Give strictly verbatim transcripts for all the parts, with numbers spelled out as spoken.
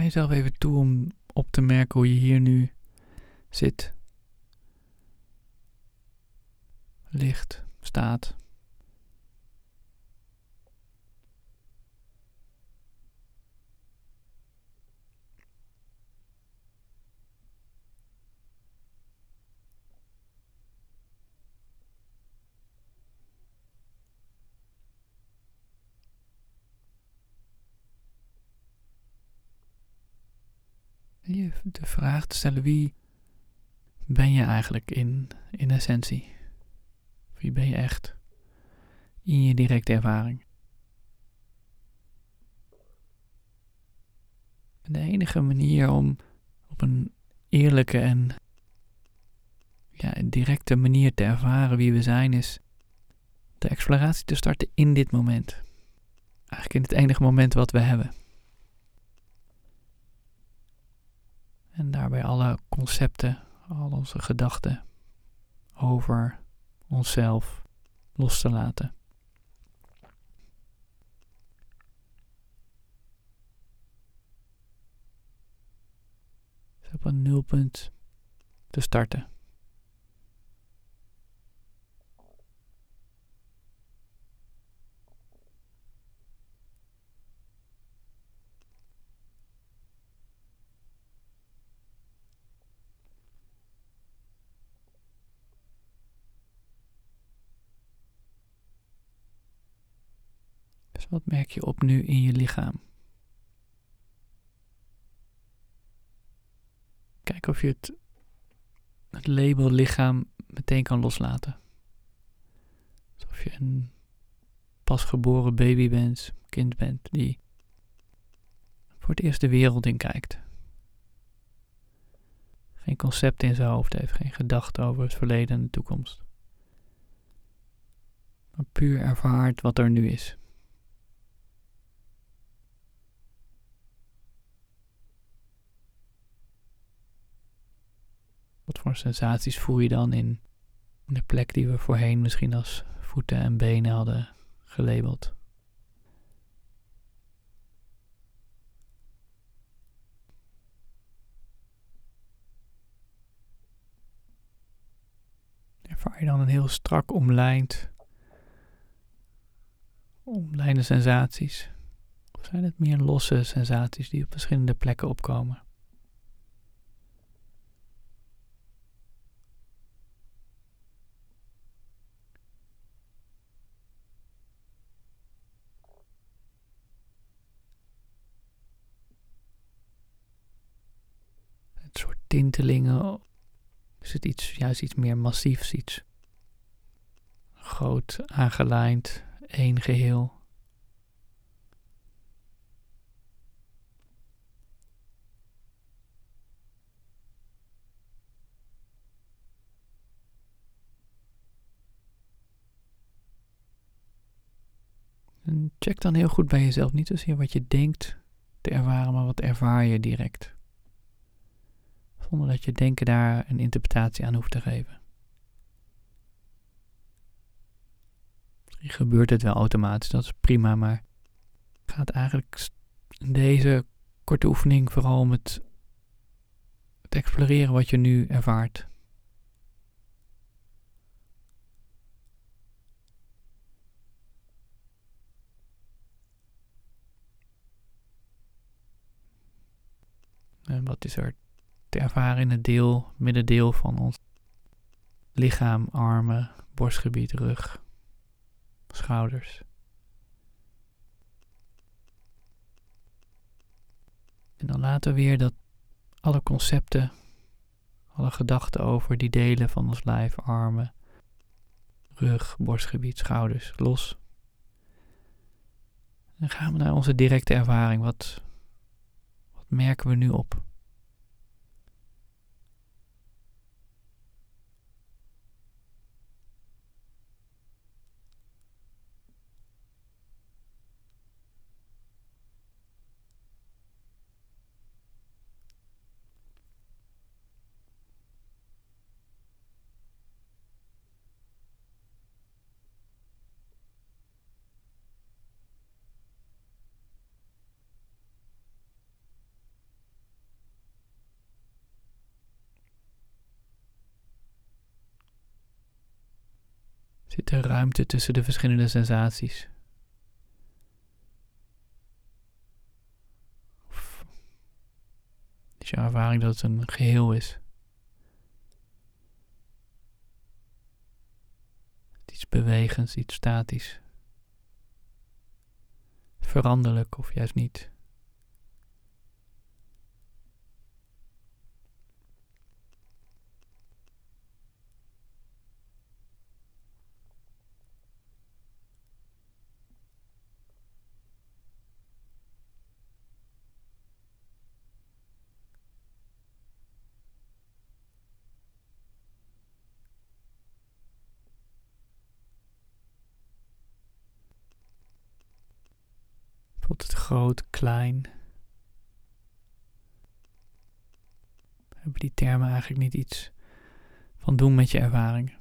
Sta jezelf even toe om op te merken hoe je hier nu zit, ligt, staat. Je de vraag te stellen, wie ben je eigenlijk in, in essentie? Wie ben je echt in je directe ervaring? En de enige manier om op een eerlijke en ja, een directe manier te ervaren wie we zijn, is de exploratie te starten in dit moment. Eigenlijk in het enige moment wat we hebben. En daarbij alle concepten, al onze gedachten over onszelf los te laten. Dus op een nulpunt te starten. Dus wat merk je op nu in je lichaam? Kijk of je het, het label lichaam meteen kan loslaten. Alsof je een pasgeboren baby bent, kind bent, die voor het eerst de wereld in kijkt. Geen concept in zijn hoofd heeft, geen gedachten over het verleden en de toekomst. Maar puur ervaart wat er nu is. Wat voor sensaties voel je dan in de plek die we voorheen misschien als voeten en benen hadden gelabeld? Ervaar je dan een heel strak omlijnd, omlijnde sensaties? Of zijn het meer losse sensaties die op verschillende plekken opkomen? Het soort tintelingen. Is het iets, juist iets meer massiefs, iets groot, aangelijnd, één geheel? En check dan heel goed bij jezelf, niet zozeer wat je denkt te ervaren, maar wat ervaar je direct. Zonder dat je denken daar een interpretatie aan hoeft te geven. Misschien gebeurt het wel automatisch, dat is prima, maar het gaat eigenlijk in deze korte oefening vooral om het, het exploreren wat je nu ervaart. En wat is er te ervaren in het deel, middendeel van ons lichaam, armen, borstgebied, rug, schouders. En dan laten we weer dat alle concepten, alle gedachten over die delen van ons lijf, armen, rug, borstgebied, schouders, los. En dan gaan we naar onze directe ervaring. Wat, wat merken we nu op? Zit er ruimte tussen de verschillende sensaties? Of is jouw ervaring dat het een geheel is? Iets bewegends, iets statisch. Veranderlijk of juist niet. Voelt het groot, klein? Hebben die termen eigenlijk niet iets van doen met je ervaring?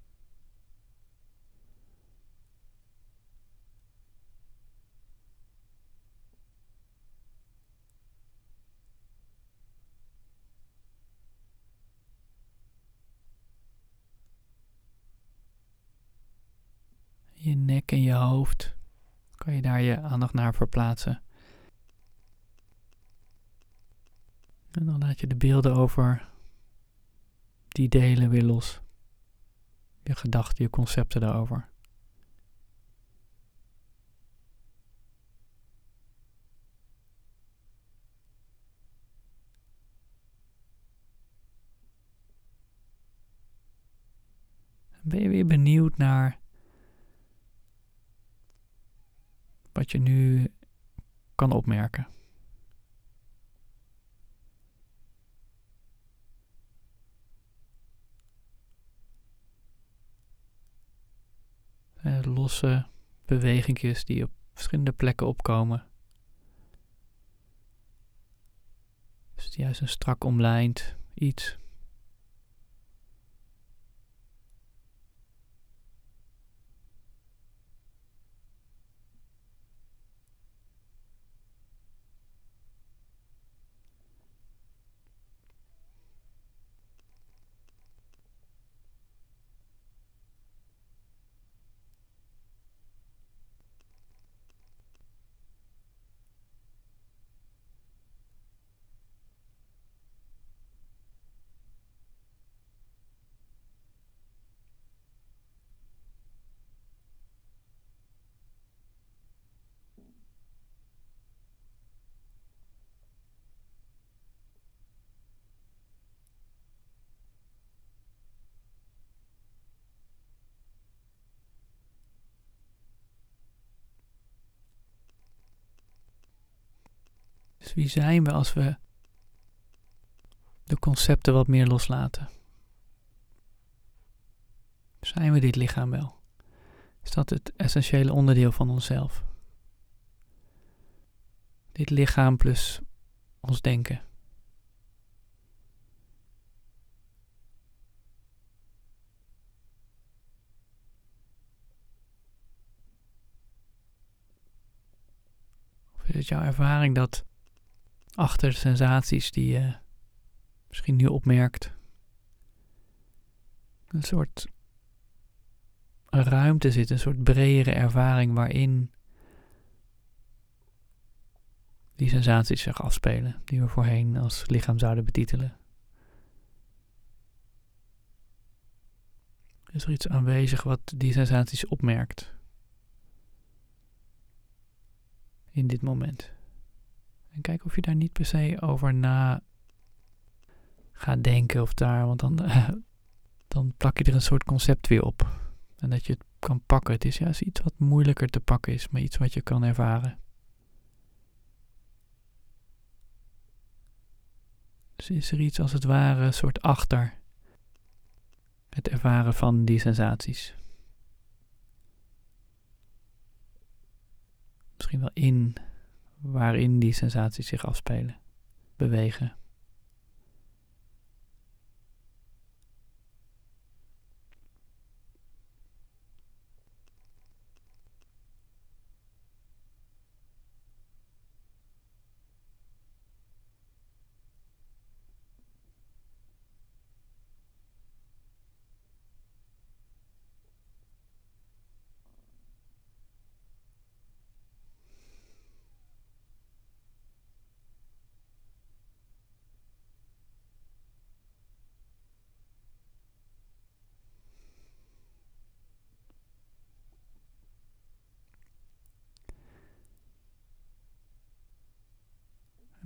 Je nek en je hoofd, kan je daar je aandacht naar verplaatsen. En dan laat je de beelden over die delen weer los. Je gedachten, je concepten daarover. Ben je weer benieuwd naar wat je nu kan opmerken? Uh, losse bewegingjes die op verschillende plekken opkomen. Is het juist een strak omlijnd iets? Dus wie zijn we als we de concepten wat meer loslaten? Zijn we dit lichaam wel? Is dat het essentiële onderdeel van onszelf? Dit lichaam plus ons denken. Of is het jouw ervaring dat achter de sensaties die je misschien nu opmerkt, een soort ruimte zit, een soort bredere ervaring waarin die sensaties zich afspelen, die we voorheen als lichaam zouden betitelen? Is er iets aanwezig wat die sensaties opmerkt in dit moment? En kijk of je daar niet per se over na gaat denken of daar, want dan, uh, dan plak je er een soort concept weer op. En dat je het kan pakken. Het is juist iets wat moeilijker te pakken is, maar iets wat je kan ervaren. Dus is er iets als het ware een soort achter het ervaren van die sensaties. Misschien wel in waarin die sensaties zich afspelen, bewegen.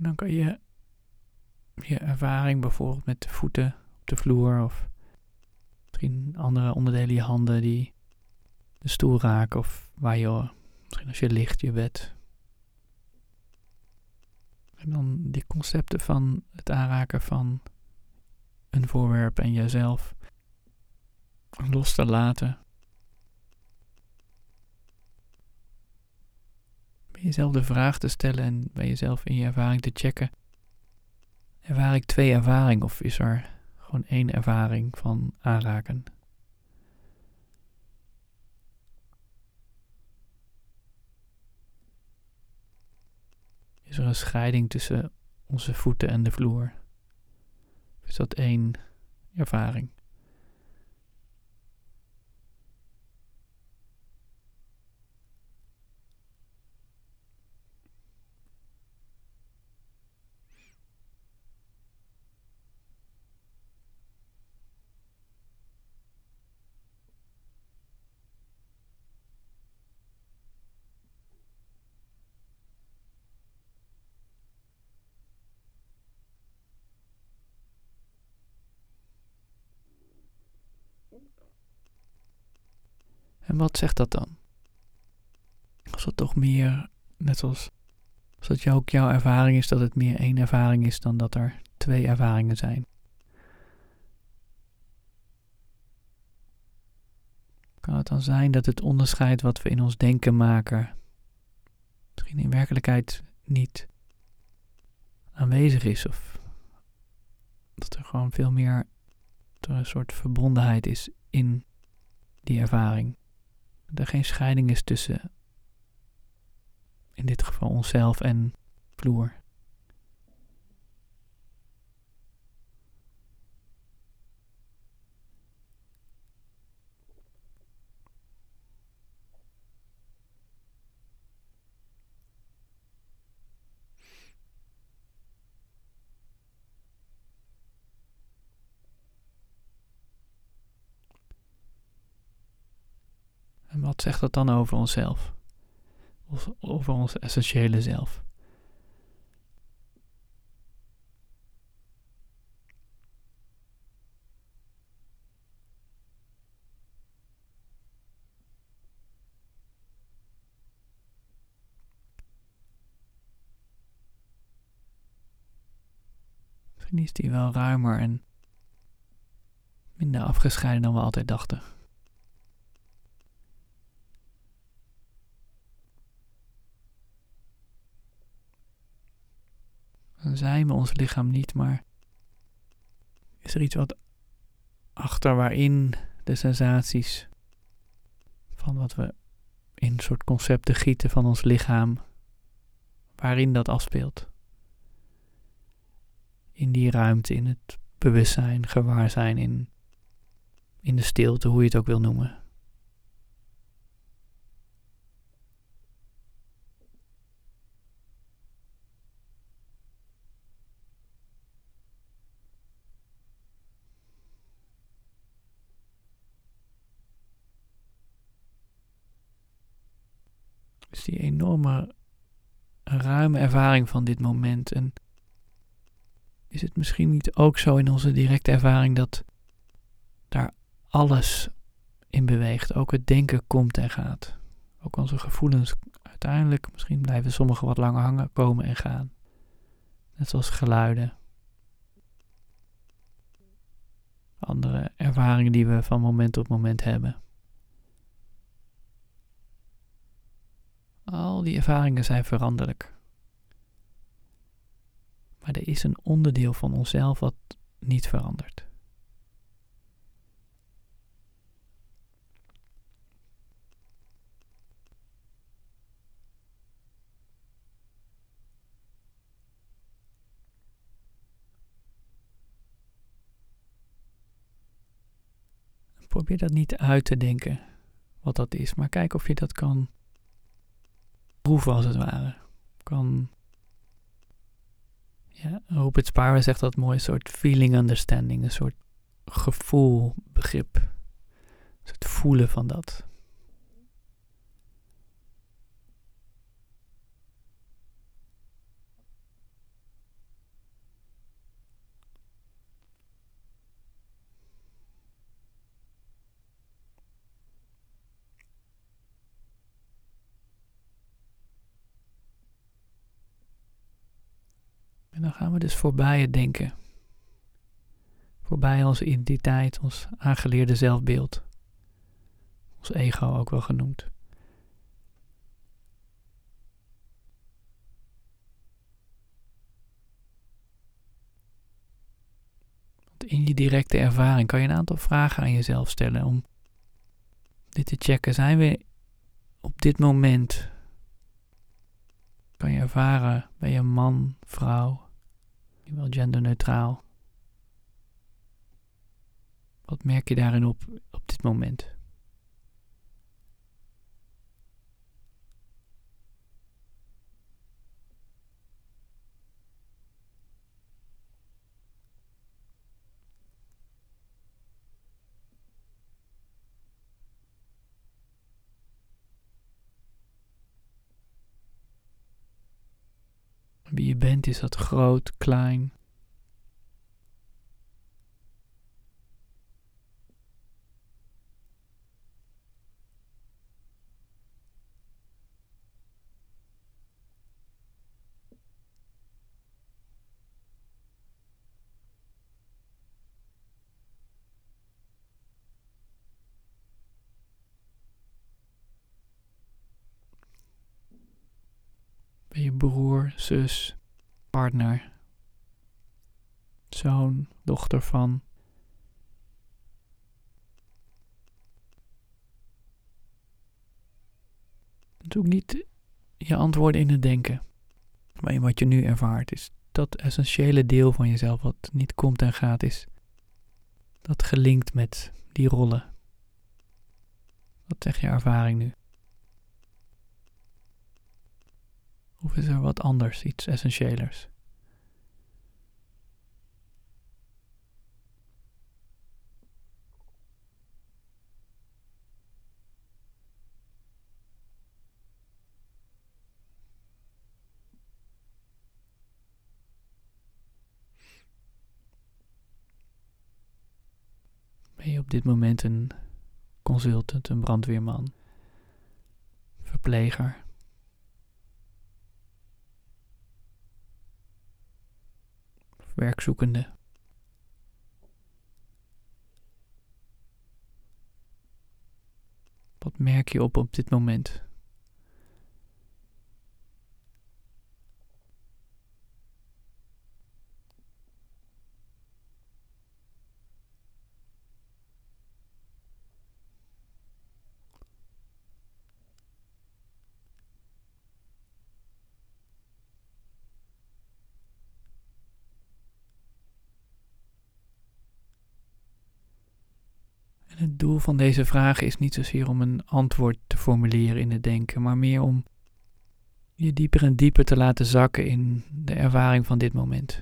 dan kan je je ervaring bijvoorbeeld met de voeten op de vloer of misschien andere onderdelen, je handen die de stoel raken of waar je, misschien als je ligt, je bed. En dan die concepten van het aanraken van een voorwerp en jezelf los te laten. Bij jezelf de vraag te stellen en bij jezelf in je ervaring te checken. Ervaar ik twee ervaringen of is er gewoon één ervaring van aanraken? Is er een scheiding tussen onze voeten en de vloer? Of is dat één ervaring? En wat zegt dat dan? Als het toch meer, net zoals als het ook jouw ervaring is, dat het meer één ervaring is dan dat er twee ervaringen zijn. Kan het dan zijn dat het onderscheid wat we in ons denken maken, misschien in werkelijkheid niet aanwezig is? Of dat er gewoon veel meer dat er een soort verbondenheid is in die ervaring. Dat er geen scheiding is tussen, in dit geval onszelf en vloer. En wat zegt dat dan over onszelf? Over ons essentiële zelf? Misschien is die wel ruimer en minder afgescheiden dan we altijd dachten. Dan zijn we ons lichaam niet, maar is er iets wat achter waarin de sensaties van wat we in soort concepten gieten van ons lichaam, waarin dat afspeelt? In die ruimte, in het bewustzijn, gewaarzijn, in, in de stilte, hoe je het ook wil noemen. Dus die enorme, ruime ervaring van dit moment. En is het misschien niet ook zo in onze directe ervaring dat daar alles in beweegt? Ook het denken komt en gaat. Ook onze gevoelens uiteindelijk, misschien blijven sommige wat langer hangen, komen en gaan. Net zoals geluiden. Andere ervaringen die we van moment tot moment hebben. Al die ervaringen zijn veranderlijk. Maar er is een onderdeel van onszelf wat niet verandert. Probeer dat niet uit te denken, wat dat is. Maar kijk of je dat kan proeven, als het ware. Kan, ja, Rupert Spira zegt dat mooi, een soort feeling understanding. Een soort gevoel, begrip. Een soort voelen van dat. gaan we dus voorbij het denken. Voorbij onze identiteit, ons aangeleerde zelfbeeld. Ons ego ook wel genoemd. Want in je directe ervaring kan je een aantal vragen aan jezelf stellen om dit te checken. Zijn we op dit moment, kan je ervaren, ben je man, vrouw, wel genderneutraal? Wat merk je daarin op, op dit moment? Wie je bent, is dat groot, klein? Ben je broer, zus, partner, zoon, dochter van? Zoek niet je antwoorden in het denken. Maar in wat je nu ervaart is dat essentiële deel van jezelf wat niet komt en gaat is. Dat gelinkt met die rollen. Wat zegt je ervaring nu? Of is er wat anders, iets essentiëlers? Ben je op dit moment een consultant, een brandweerman, verpleger? Werkzoekende? Wat merk je op op dit moment? En het doel van deze vragen is niet zozeer om een antwoord te formuleren in het denken, maar meer om je dieper en dieper te laten zakken in de ervaring van dit moment.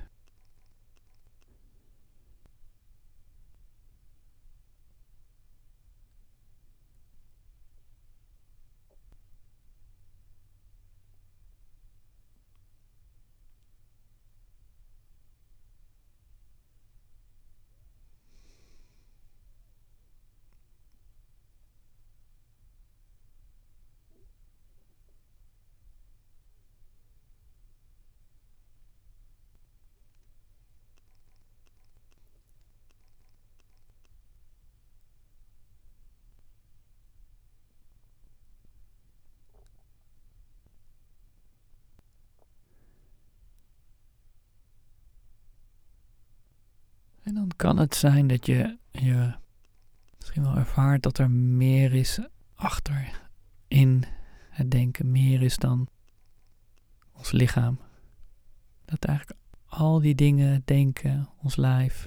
En dan kan het zijn dat je, je misschien wel ervaart dat er meer is achter in het denken, meer is dan ons lichaam. Dat eigenlijk al die dingen, denken, ons lijf,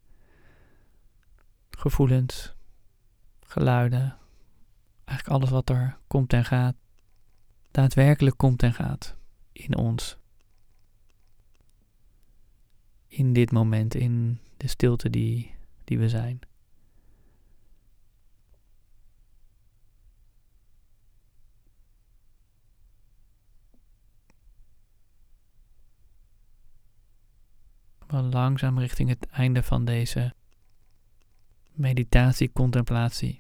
gevoelens, geluiden, eigenlijk alles wat er komt en gaat, daadwerkelijk komt en gaat in ons. In dit moment, in de stilte die, die we zijn. We langzaam richting het einde van deze meditatie, contemplatie.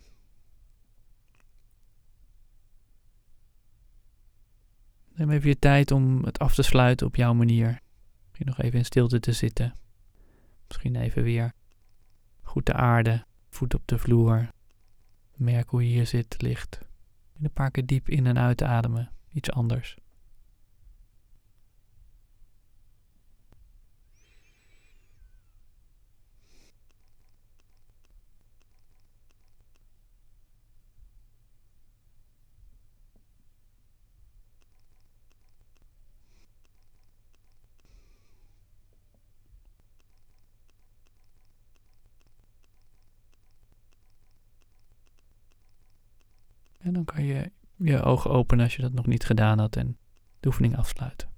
Neem even je tijd om het af te sluiten op jouw manier. Misschien nog even in stilte te zitten. Misschien even weer goed te aarden, voet op de vloer. Merk hoe je hier zit, ligt. En een paar keer diep in en uit ademen. Iets anders. En dan kan je je ogen openen als je dat nog niet gedaan had en de oefening afsluiten.